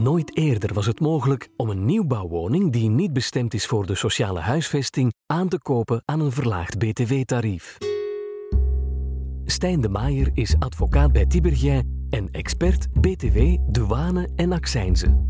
Nooit eerder was het mogelijk om een nieuwbouwwoning die niet bestemd is voor de sociale huisvesting aan te kopen aan een verlaagd btw-tarief. Stijn de Maaier is advocaat bij Tiberghien en expert btw, douane en accijnzen.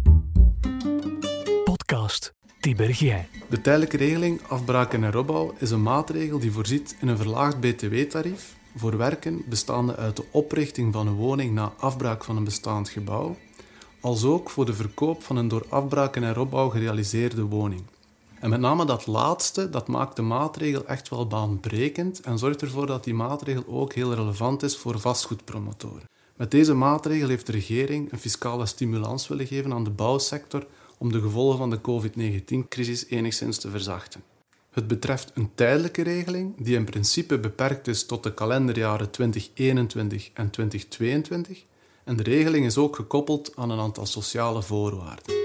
Podcast Tiberghien. De tijdelijke regeling afbraak en heropbouw is een maatregel die voorziet in een verlaagd btw-tarief voor werken bestaande uit de oprichting van een woning na afbraak van een bestaand gebouw, als ook voor de verkoop van een door afbraak en heropbouw gerealiseerde woning. En met name dat laatste, dat maakt de maatregel echt wel baanbrekend en zorgt ervoor dat die maatregel ook heel relevant is voor vastgoedpromotoren. Met deze maatregel heeft de regering een fiscale stimulans willen geven aan de bouwsector om de gevolgen van de COVID-19-crisis enigszins te verzachten. Het betreft een tijdelijke regeling die in principe beperkt is tot de kalenderjaren 2021 en 2022 en de regeling is ook gekoppeld aan een aantal sociale voorwaarden.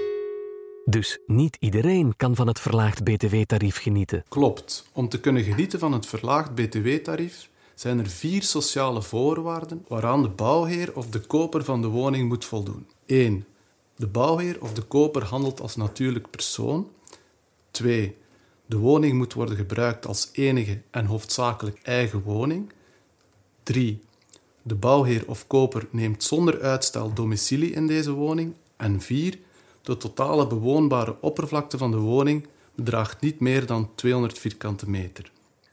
Dus niet iedereen kan van het verlaagd btw-tarief genieten. Klopt. Om te kunnen genieten van het verlaagd btw-tarief zijn er 4 sociale voorwaarden waaraan de bouwheer of de koper van de woning moet voldoen. 1. De bouwheer of de koper handelt als natuurlijk persoon. 2. De woning moet worden gebruikt als enige en hoofdzakelijk eigen woning. 3. De bouwheer of koper neemt zonder uitstel domicilie in deze woning. En 4. De totale bewoonbare oppervlakte van de woning bedraagt niet meer dan 200 vierkante meter.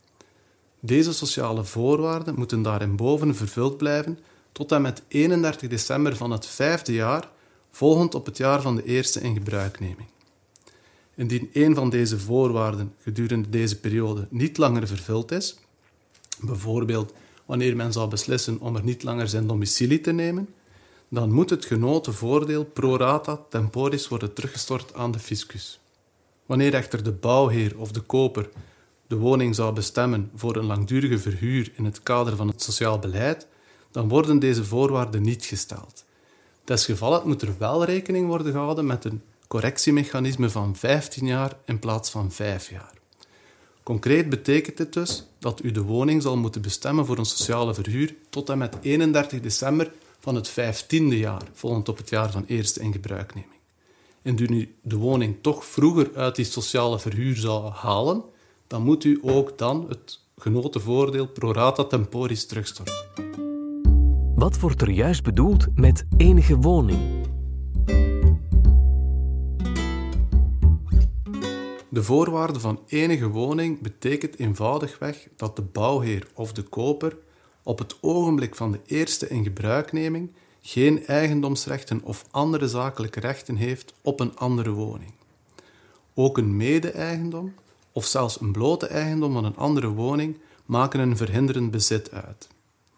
Deze sociale voorwaarden moeten daarinboven vervuld blijven tot en met 31 december van het 5e jaar, volgend op het jaar van de eerste ingebruikneming. Indien een van deze voorwaarden gedurende deze periode niet langer vervuld is, bijvoorbeeld wanneer men zou beslissen om er niet langer zijn domicilie te nemen, dan moet het genoten voordeel pro rata temporis worden teruggestort aan de fiscus. Wanneer echter de bouwheer of de koper de woning zou bestemmen voor een langdurige verhuur in het kader van het sociaal beleid, dan worden deze voorwaarden niet gesteld. Desgevallen moet er wel rekening worden gehouden met een correctiemechanisme van 15 jaar in plaats van 5 jaar. Concreet betekent dit dus dat u de woning zal moeten bestemmen voor een sociale verhuur tot en met 31 december van het 15e jaar, volgend op het jaar van eerste ingebruikneming. Indien u de woning toch vroeger uit die sociale verhuur zou halen, dan moet u ook dan het genoten voordeel pro rata temporis terugstorten. Wat wordt er juist bedoeld met enige woning? De voorwaarde van enige woning betekent eenvoudigweg dat de bouwheer of de koper op het ogenblik van de eerste ingebruikneming geen eigendomsrechten of andere zakelijke rechten heeft op een andere woning. Ook een mede-eigendom of zelfs een blote eigendom van een andere woning maken een verhinderend bezit uit.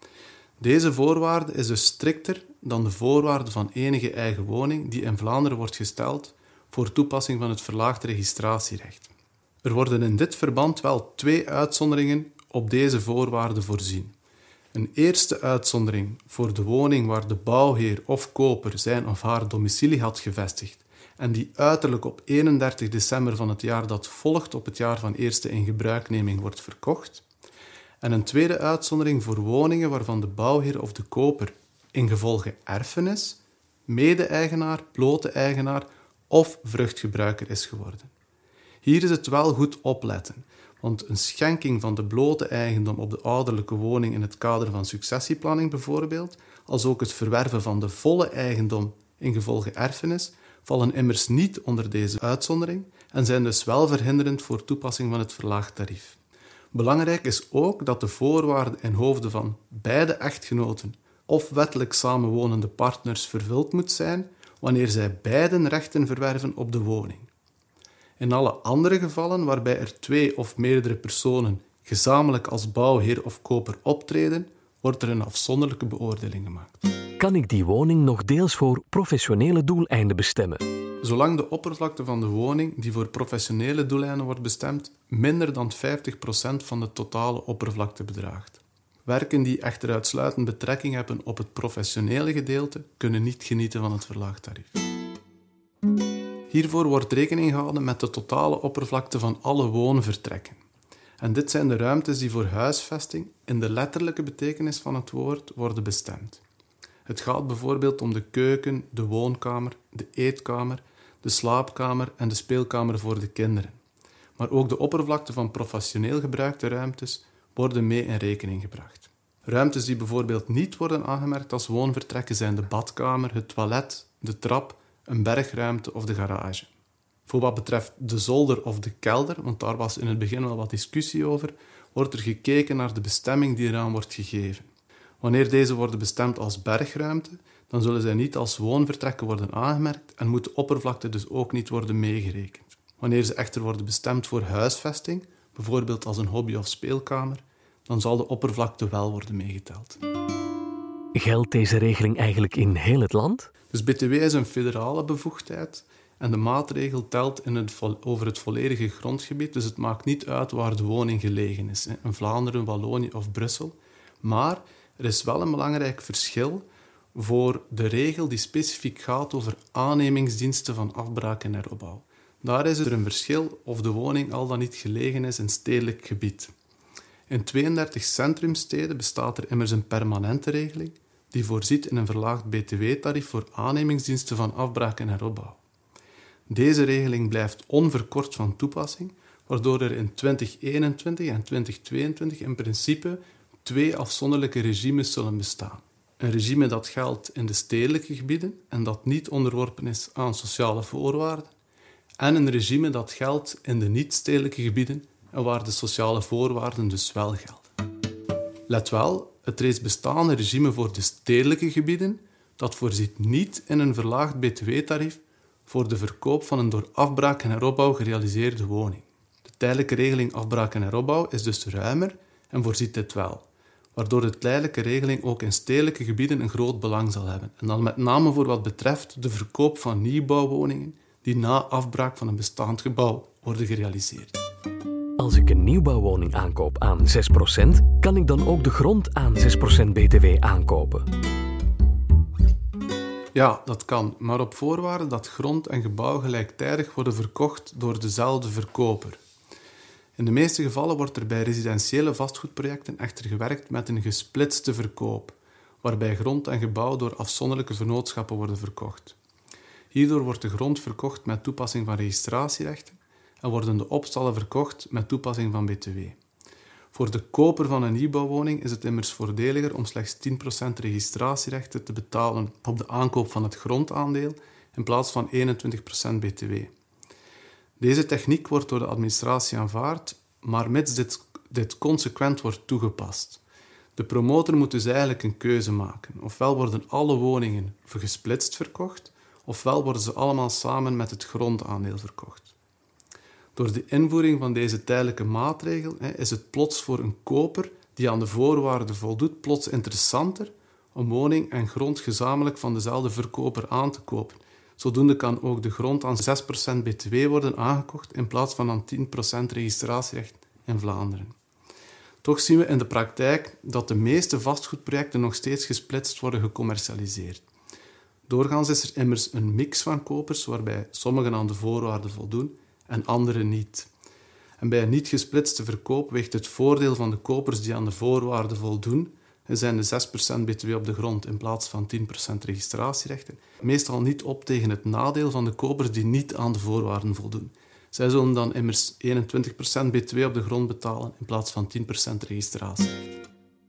Deze voorwaarde is dus strikter dan de voorwaarde van enige eigen woning die in Vlaanderen wordt gesteld voor toepassing van het verlaagd registratierecht. Er worden in dit verband wel 2 uitzonderingen op deze voorwaarden voorzien. Een eerste uitzondering voor de woning waar de bouwheer of koper zijn of haar domicilie had gevestigd en die uiterlijk op 31 december van het jaar dat volgt op het jaar van eerste ingebruikneming wordt verkocht. En een tweede uitzondering voor woningen waarvan de bouwheer of de koper ingevolge erfenis, mede-eigenaar, blote eigenaar of vruchtgebruiker is geworden. Hier is het wel goed opletten, want een schenking van de blote eigendom op de ouderlijke woning in het kader van successieplanning bijvoorbeeld, als ook het verwerven van de volle eigendom ingevolge erfenis, vallen immers niet onder deze uitzondering en zijn dus wel verhinderend voor toepassing van het verlaagd tarief. Belangrijk is ook dat de voorwaarden in hoofde van beide echtgenoten of wettelijk samenwonende partners vervuld moet zijn wanneer zij beiden rechten verwerven op de woning. In alle andere gevallen waarbij er 2 of meerdere personen gezamenlijk als bouwheer of koper optreden, wordt er een afzonderlijke beoordeling gemaakt. Kan ik die woning nog deels voor professionele doeleinden bestemmen? Zolang de oppervlakte van de woning die voor professionele doeleinden wordt bestemd minder dan 50% van de totale oppervlakte bedraagt. Werken die echter uitsluitend betrekking hebben op het professionele gedeelte kunnen niet genieten van het verlaagd tarief. Hiervoor wordt rekening gehouden met de totale oppervlakte van alle woonvertrekken. En dit zijn de ruimtes die voor huisvesting in de letterlijke betekenis van het woord worden bestemd. Het gaat bijvoorbeeld om de keuken, de woonkamer, de eetkamer, de slaapkamer en de speelkamer voor de kinderen. Maar ook de oppervlakte van professioneel gebruikte ruimtes worden mee in rekening gebracht. Ruimtes die bijvoorbeeld niet worden aangemerkt als woonvertrekken zijn de badkamer, het toilet, de trap, een bergruimte of de garage. Voor wat betreft de zolder of de kelder, want daar was in het begin wel wat discussie over, wordt er gekeken naar de bestemming die eraan wordt gegeven. Wanneer deze worden bestemd als bergruimte, dan zullen zij niet als woonvertrekken worden aangemerkt en moet de oppervlakte dus ook niet worden meegerekend. Wanneer ze echter worden bestemd voor huisvesting, bijvoorbeeld als een hobby- of speelkamer, dan zal de oppervlakte wel worden meegeteld. Geldt deze regeling eigenlijk in heel het land? Dus BTW is een federale bevoegdheid en de maatregel telt over het volledige grondgebied, dus het maakt niet uit waar de woning gelegen is, in Vlaanderen, Wallonië of Brussel. Maar er is wel een belangrijk verschil voor de regel die specifiek gaat over aannemingsdiensten van afbraak en heropbouw. Daar is er een verschil of de woning al dan niet gelegen is in stedelijk gebied. In 32 centrumsteden bestaat er immers een permanente regeling die voorziet in een verlaagd btw-tarief voor aannemingsdiensten van afbraak en heropbouw. Deze regeling blijft onverkort van toepassing, waardoor er in 2021 en 2022 in principe 2 afzonderlijke regimes zullen bestaan. Een regime dat geldt in de stedelijke gebieden en dat niet onderworpen is aan sociale voorwaarden, en een regime dat geldt in de niet-stedelijke gebieden en waar de sociale voorwaarden dus wel gelden. Let wel, het reeds bestaande regime voor de stedelijke gebieden, dat voorziet niet in een verlaagd btw-tarief voor de verkoop van een door afbraak en heropbouw gerealiseerde woning. De tijdelijke regeling afbraak en heropbouw is dus ruimer en voorziet dit wel, waardoor de tijdelijke regeling ook in stedelijke gebieden een groot belang zal hebben. En dan met name voor wat betreft de verkoop van nieuwbouwwoningen die na afbraak van een bestaand gebouw worden gerealiseerd. Als ik een nieuwbouwwoning aankoop aan 6%, kan ik dan ook de grond aan 6% btw aankopen? Ja, dat kan, maar op voorwaarde dat grond en gebouw gelijktijdig worden verkocht door dezelfde verkoper. In de meeste gevallen wordt er bij residentiële vastgoedprojecten echter gewerkt met een gesplitste verkoop, waarbij grond en gebouw door afzonderlijke vennootschappen worden verkocht. Hierdoor wordt de grond verkocht met toepassing van registratierechten en worden de opstallen verkocht met toepassing van btw. Voor de koper van een nieuwbouwwoning is het immers voordeliger om slechts 10% registratierechten te betalen op de aankoop van het grondaandeel in plaats van 21% btw. Deze techniek wordt door de administratie aanvaard, maar mits dit consequent wordt toegepast. De promotor moet dus eigenlijk een keuze maken. Ofwel worden alle woningen gesplitst verkocht, ofwel worden ze allemaal samen met het grondaandeel verkocht. Door de invoering van deze tijdelijke maatregel is het plots voor een koper die aan de voorwaarden voldoet plots interessanter om woning en grond gezamenlijk van dezelfde verkoper aan te kopen. Zodoende kan ook de grond aan 6% btw worden aangekocht in plaats van aan 10% registratierecht in Vlaanderen. Toch zien we in de praktijk dat de meeste vastgoedprojecten nog steeds gesplitst worden gecommercialiseerd. Doorgaans is er immers een mix van kopers waarbij sommigen aan de voorwaarden voldoen en anderen niet. En bij een niet gesplitste verkoop weegt het voordeel van de kopers die aan de voorwaarden voldoen, zijn de 6% btw op de grond in plaats van 10% registratierechten, meestal niet op tegen het nadeel van de kopers die niet aan de voorwaarden voldoen. Zij zullen dan immers 21% btw op de grond betalen in plaats van 10% registratierechten.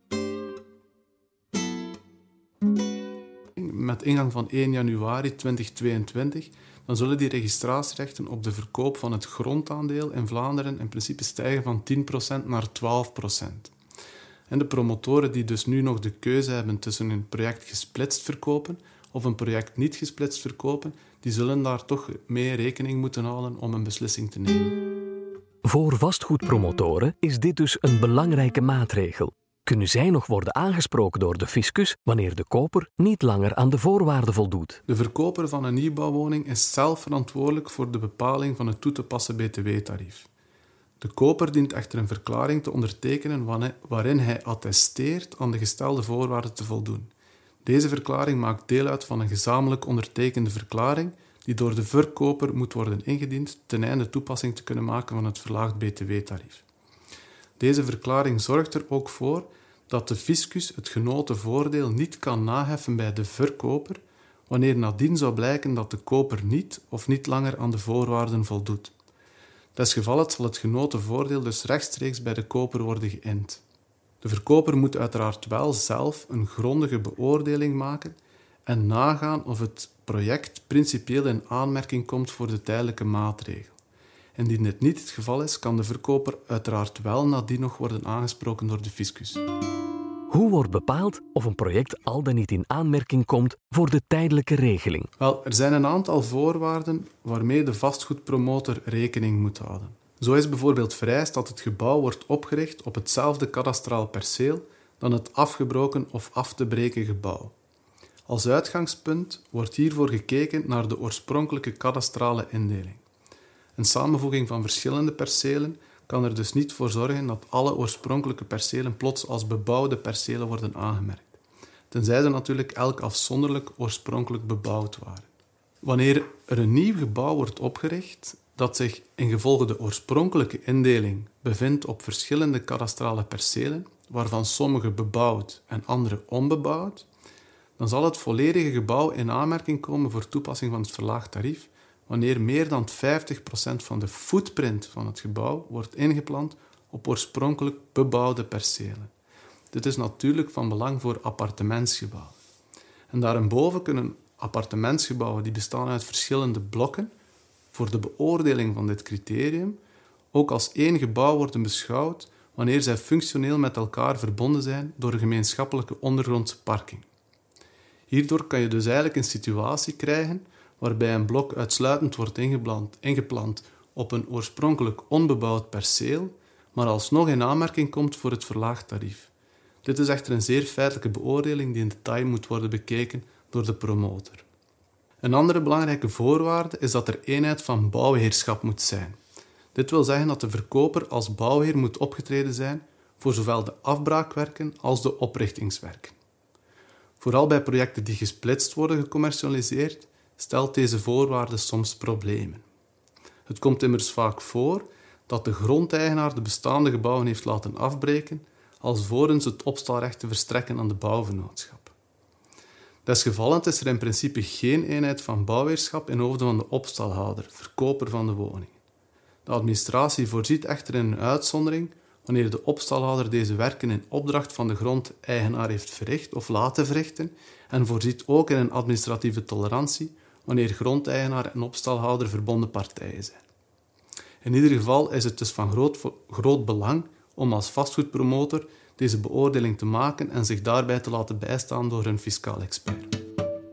Met ingang van 1 januari 2022 dan zullen die registratierechten op de verkoop van het grondaandeel in Vlaanderen in principe stijgen van 10% naar 12%. En de promotoren die dus nu nog de keuze hebben tussen een project gesplitst verkopen of een project niet gesplitst verkopen, die zullen daar toch mee rekening moeten houden om een beslissing te nemen. Voor vastgoedpromotoren is dit dus een belangrijke maatregel. Kunnen zij nog worden aangesproken door de fiscus wanneer de koper niet langer aan de voorwaarden voldoet? De verkoper van een nieuwbouwwoning is zelf verantwoordelijk voor de bepaling van het toe te passen btw-tarief. De koper dient echter een verklaring te ondertekenen waarin hij attesteert aan de gestelde voorwaarden te voldoen. Deze verklaring maakt deel uit van een gezamenlijk ondertekende verklaring die door de verkoper moet worden ingediend ten einde toepassing te kunnen maken van het verlaagd btw-tarief. Deze verklaring zorgt er ook voor dat de fiscus het genoten voordeel niet kan naheffen bij de verkoper wanneer nadien zou blijken dat de koper niet of niet langer aan de voorwaarden voldoet. Desgevallen zal het genoten voordeel dus rechtstreeks bij de koper worden geïnd. De verkoper moet uiteraard wel zelf een grondige beoordeling maken en nagaan of het project principieel in aanmerking komt voor de tijdelijke maatregel. Indien dit niet het geval is, kan de verkoper uiteraard wel nadien nog worden aangesproken door de fiscus. Hoe wordt bepaald of een project al dan niet in aanmerking komt voor de tijdelijke regeling? Wel, er zijn een aantal voorwaarden waarmee de vastgoedpromotor rekening moet houden. Zo is bijvoorbeeld vereist dat het gebouw wordt opgericht op hetzelfde kadastraal perceel dan het afgebroken of af te breken gebouw. Als uitgangspunt wordt hiervoor gekeken naar de oorspronkelijke kadastrale indeling. Een samenvoeging van verschillende percelen kan er dus niet voor zorgen dat alle oorspronkelijke percelen plots als bebouwde percelen worden aangemerkt, tenzij ze natuurlijk elk afzonderlijk oorspronkelijk bebouwd waren. Wanneer er een nieuw gebouw wordt opgericht dat zich ingevolge de oorspronkelijke indeling bevindt op verschillende kadastrale percelen, waarvan sommige bebouwd en andere onbebouwd, dan zal het volledige gebouw in aanmerking komen voor toepassing van het verlaagd tarief wanneer meer dan 50% van de footprint van het gebouw wordt ingeplant op oorspronkelijk bebouwde percelen. Dit is natuurlijk van belang voor appartementsgebouwen. En daarboven kunnen appartementsgebouwen die bestaan uit verschillende blokken voor de beoordeling van dit criterium ook als één gebouw worden beschouwd wanneer zij functioneel met elkaar verbonden zijn door een gemeenschappelijke ondergrondse parking. Hierdoor kan je dus eigenlijk een situatie krijgen waarbij een blok uitsluitend wordt ingeplant op een oorspronkelijk onbebouwd perceel, maar alsnog in aanmerking komt voor het verlaagd tarief. Dit is echter een zeer feitelijke beoordeling die in detail moet worden bekeken door de promotor. Een andere belangrijke voorwaarde is dat er eenheid van bouwheerschap moet zijn. Dit wil zeggen dat de verkoper als bouwheer moet opgetreden zijn voor zowel de afbraakwerken als de oprichtingswerken. Vooral bij projecten die gesplitst worden gecommercialiseerd, stelt deze voorwaarde soms problemen. Het komt immers vaak voor dat de grondeigenaar de bestaande gebouwen heeft laten afbreken, alvorens het opstalrecht te verstrekken aan de bouwvennootschap. Desgevallend is er in principe geen eenheid van bouwheerschap in hoofde van de opstalhouder, verkoper van de woning. De administratie voorziet echter in een uitzondering wanneer de opstalhouder deze werken in opdracht van de grondeigenaar heeft verricht of laten verrichten en voorziet ook in een administratieve tolerantie wanneer grondeigenaar en opstalhouder verbonden partijen zijn. In ieder geval is het dus van groot belang om als vastgoedpromotor deze beoordeling te maken en zich daarbij te laten bijstaan door een fiscaal expert.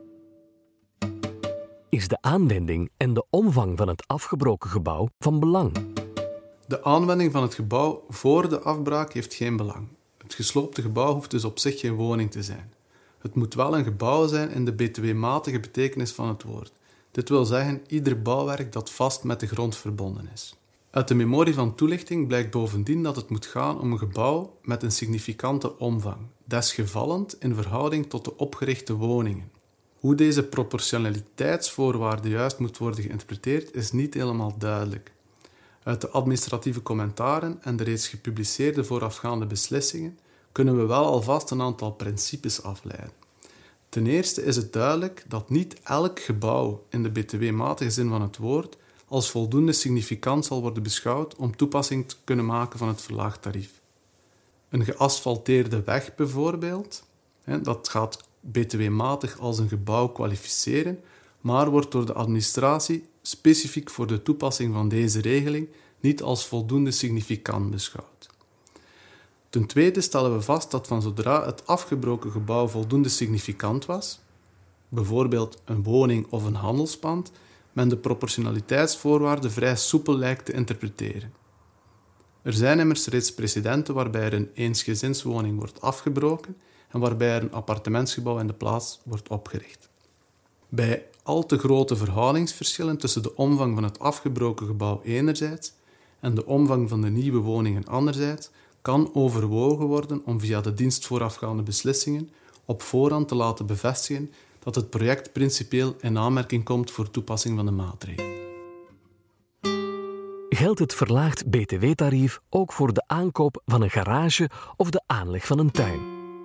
Is de aanwending en de omvang van het afgebroken gebouw van belang? De aanwending van het gebouw voor de afbraak heeft geen belang. Het gesloopte gebouw hoeft dus op zich geen woning te zijn. Het moet wel een gebouw zijn in de btw-matige betekenis van het woord. Dit wil zeggen ieder bouwwerk dat vast met de grond verbonden is. Uit de memorie van toelichting blijkt bovendien dat het moet gaan om een gebouw met een significante omvang, desgevallend in verhouding tot de opgerichte woningen. Hoe deze proportionaliteitsvoorwaarde juist moet worden geïnterpreteerd is niet helemaal duidelijk. Uit de administratieve commentaren en de reeds gepubliceerde voorafgaande beslissingen kunnen we wel alvast een aantal principes afleiden. Ten eerste is het duidelijk dat niet elk gebouw in de btw-matige zin van het woord als voldoende significant zal worden beschouwd om toepassing te kunnen maken van het verlaagd tarief. Een geasfalteerde weg bijvoorbeeld, dat gaat btw-matig als een gebouw kwalificeren, maar wordt door de administratie specifiek voor de toepassing van deze regeling niet als voldoende significant beschouwd. Ten tweede stellen we vast dat van zodra het afgebroken gebouw voldoende significant was, bijvoorbeeld een woning of een handelspand, men de proportionaliteitsvoorwaarde vrij soepel lijkt te interpreteren. Er zijn immers reeds precedenten waarbij er een eensgezinswoning wordt afgebroken en waarbij er een appartementsgebouw in de plaats wordt opgericht. Bij al te grote verhoudingsverschillen tussen de omvang van het afgebroken gebouw enerzijds en de omvang van de nieuwe woningen anderzijds kan overwogen worden om via de dienstvoorafgaande beslissingen op voorhand te laten bevestigen dat het project principieel in aanmerking komt voor toepassing van de maatregel. geldt het verlaagd btw-tarief ook voor de aankoop van een garage of de aanleg van een tuin.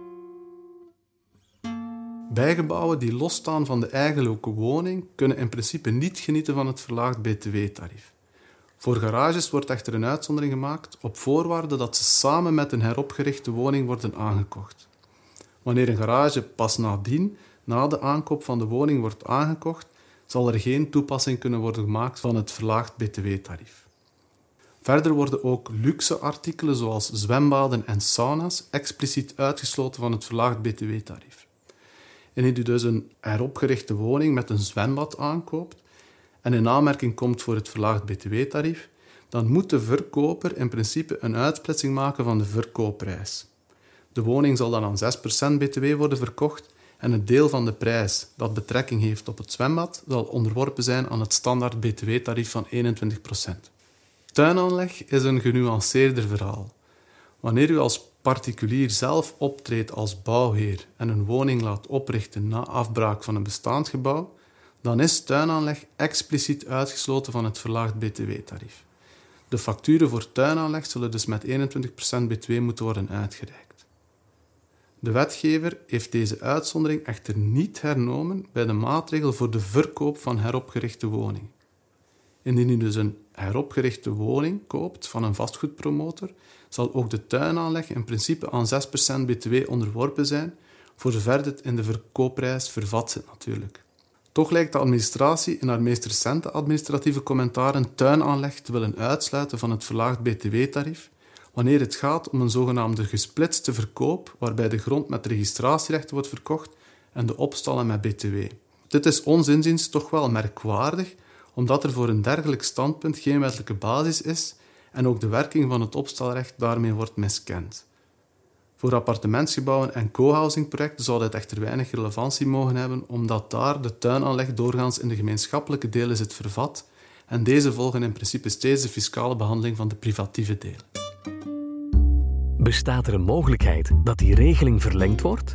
Bijgebouwen die losstaan van de eigenlijke woning kunnen in principe niet genieten van het verlaagd btw-tarief. Voor garages wordt echter een uitzondering gemaakt op voorwaarde dat ze samen met een heropgerichte woning worden aangekocht. Wanneer een garage pas nadien, na de aankoop van de woning, wordt aangekocht, zal er geen toepassing kunnen worden gemaakt van het verlaagd btw-tarief. Verder worden ook luxe artikelen zoals zwembaden en sauna's expliciet uitgesloten van het verlaagd btw-tarief. Indien u dus een heropgerichte woning met een zwembad aankoopt en in aanmerking komt voor het verlaagd btw-tarief, dan moet de verkoper in principe een uitsplitsing maken van de verkoopprijs. De woning zal dan aan 6% btw worden verkocht en het deel van de prijs dat betrekking heeft op het zwembad zal onderworpen zijn aan het standaard btw-tarief van 21%. Tuinaanleg is een genuanceerder verhaal. Wanneer u als particulier zelf optreedt als bouwheer en een woning laat oprichten na afbraak van een bestaand gebouw, dan is tuinaanleg expliciet uitgesloten van het verlaagd btw-tarief. De facturen voor tuinaanleg zullen dus met 21% btw moeten worden uitgereikt. De wetgever heeft deze uitzondering echter niet hernomen bij de maatregel voor de verkoop van heropgerichte woningen. Indien u dus een heropgerichte woning koopt van een vastgoedpromotor, zal ook de tuinaanleg in principe aan 6% btw onderworpen zijn, voor zover dit in de verkoopprijs vervat zit natuurlijk. Toch lijkt de administratie in haar meest recente administratieve commentaren tuinaanleg te willen uitsluiten van het verlaagd btw-tarief, wanneer het gaat om een zogenaamde gesplitste verkoop, waarbij de grond met registratierechten wordt verkocht en de opstallen met btw. Dit is ons inziens toch wel merkwaardig, omdat er voor een dergelijk standpunt geen wettelijke basis is en ook de werking van het opstalrecht daarmee wordt miskend. Voor appartementsgebouwen en co-housingprojecten zou dit echter weinig relevantie mogen hebben, omdat daar de tuinaanleg doorgaans in de gemeenschappelijke delen zit vervat en deze volgen in principe steeds de fiscale behandeling van de privatieve delen. Bestaat er een mogelijkheid dat die regeling verlengd wordt?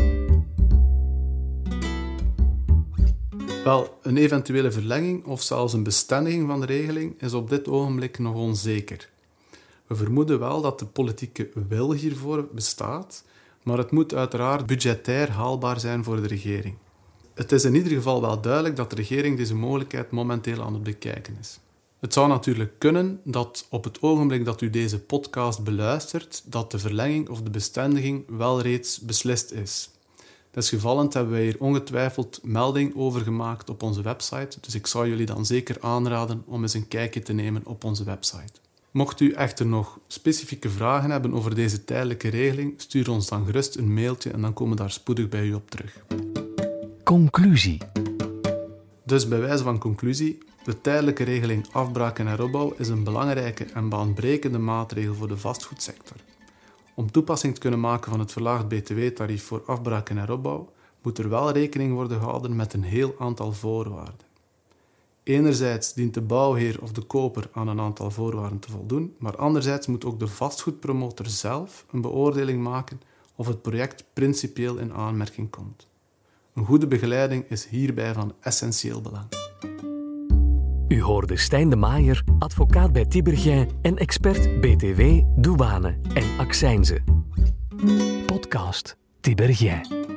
Wel, een eventuele verlenging of zelfs een bestendiging van de regeling is op dit ogenblik nog onzeker. We vermoeden wel dat de politieke wil hiervoor bestaat, maar het moet uiteraard budgetair haalbaar zijn voor de regering. Het is in ieder geval wel duidelijk dat de regering deze mogelijkheid momenteel aan het bekijken is. Het zou natuurlijk kunnen dat op het ogenblik dat u deze podcast beluistert, dat de verlenging of de bestendiging wel reeds beslist is. Desgevallend hebben wij hier ongetwijfeld melding over gemaakt op onze website, dus ik zou jullie dan zeker aanraden om eens een kijkje te nemen op onze website. Mocht u echter nog specifieke vragen hebben over deze tijdelijke regeling, stuur ons dan gerust een mailtje en dan komen we daar spoedig bij u op terug. Conclusie. Dus bij wijze van conclusie, de tijdelijke regeling afbraak en heropbouw is een belangrijke en baanbrekende maatregel voor de vastgoedsector. Om toepassing te kunnen maken van het verlaagd btw-tarief voor afbraak en heropbouw, moet er wel rekening worden gehouden met een heel aantal voorwaarden. Enerzijds dient de bouwheer of de koper aan een aantal voorwaarden te voldoen, maar anderzijds moet ook de vastgoedpromotor zelf een beoordeling maken of het project principieel in aanmerking komt. Een goede begeleiding is hierbij van essentieel belang. U hoorde Stijn de Maaier, advocaat bij Tiberghien en expert BTW, douane en accijnzen. Podcast Tiberghien.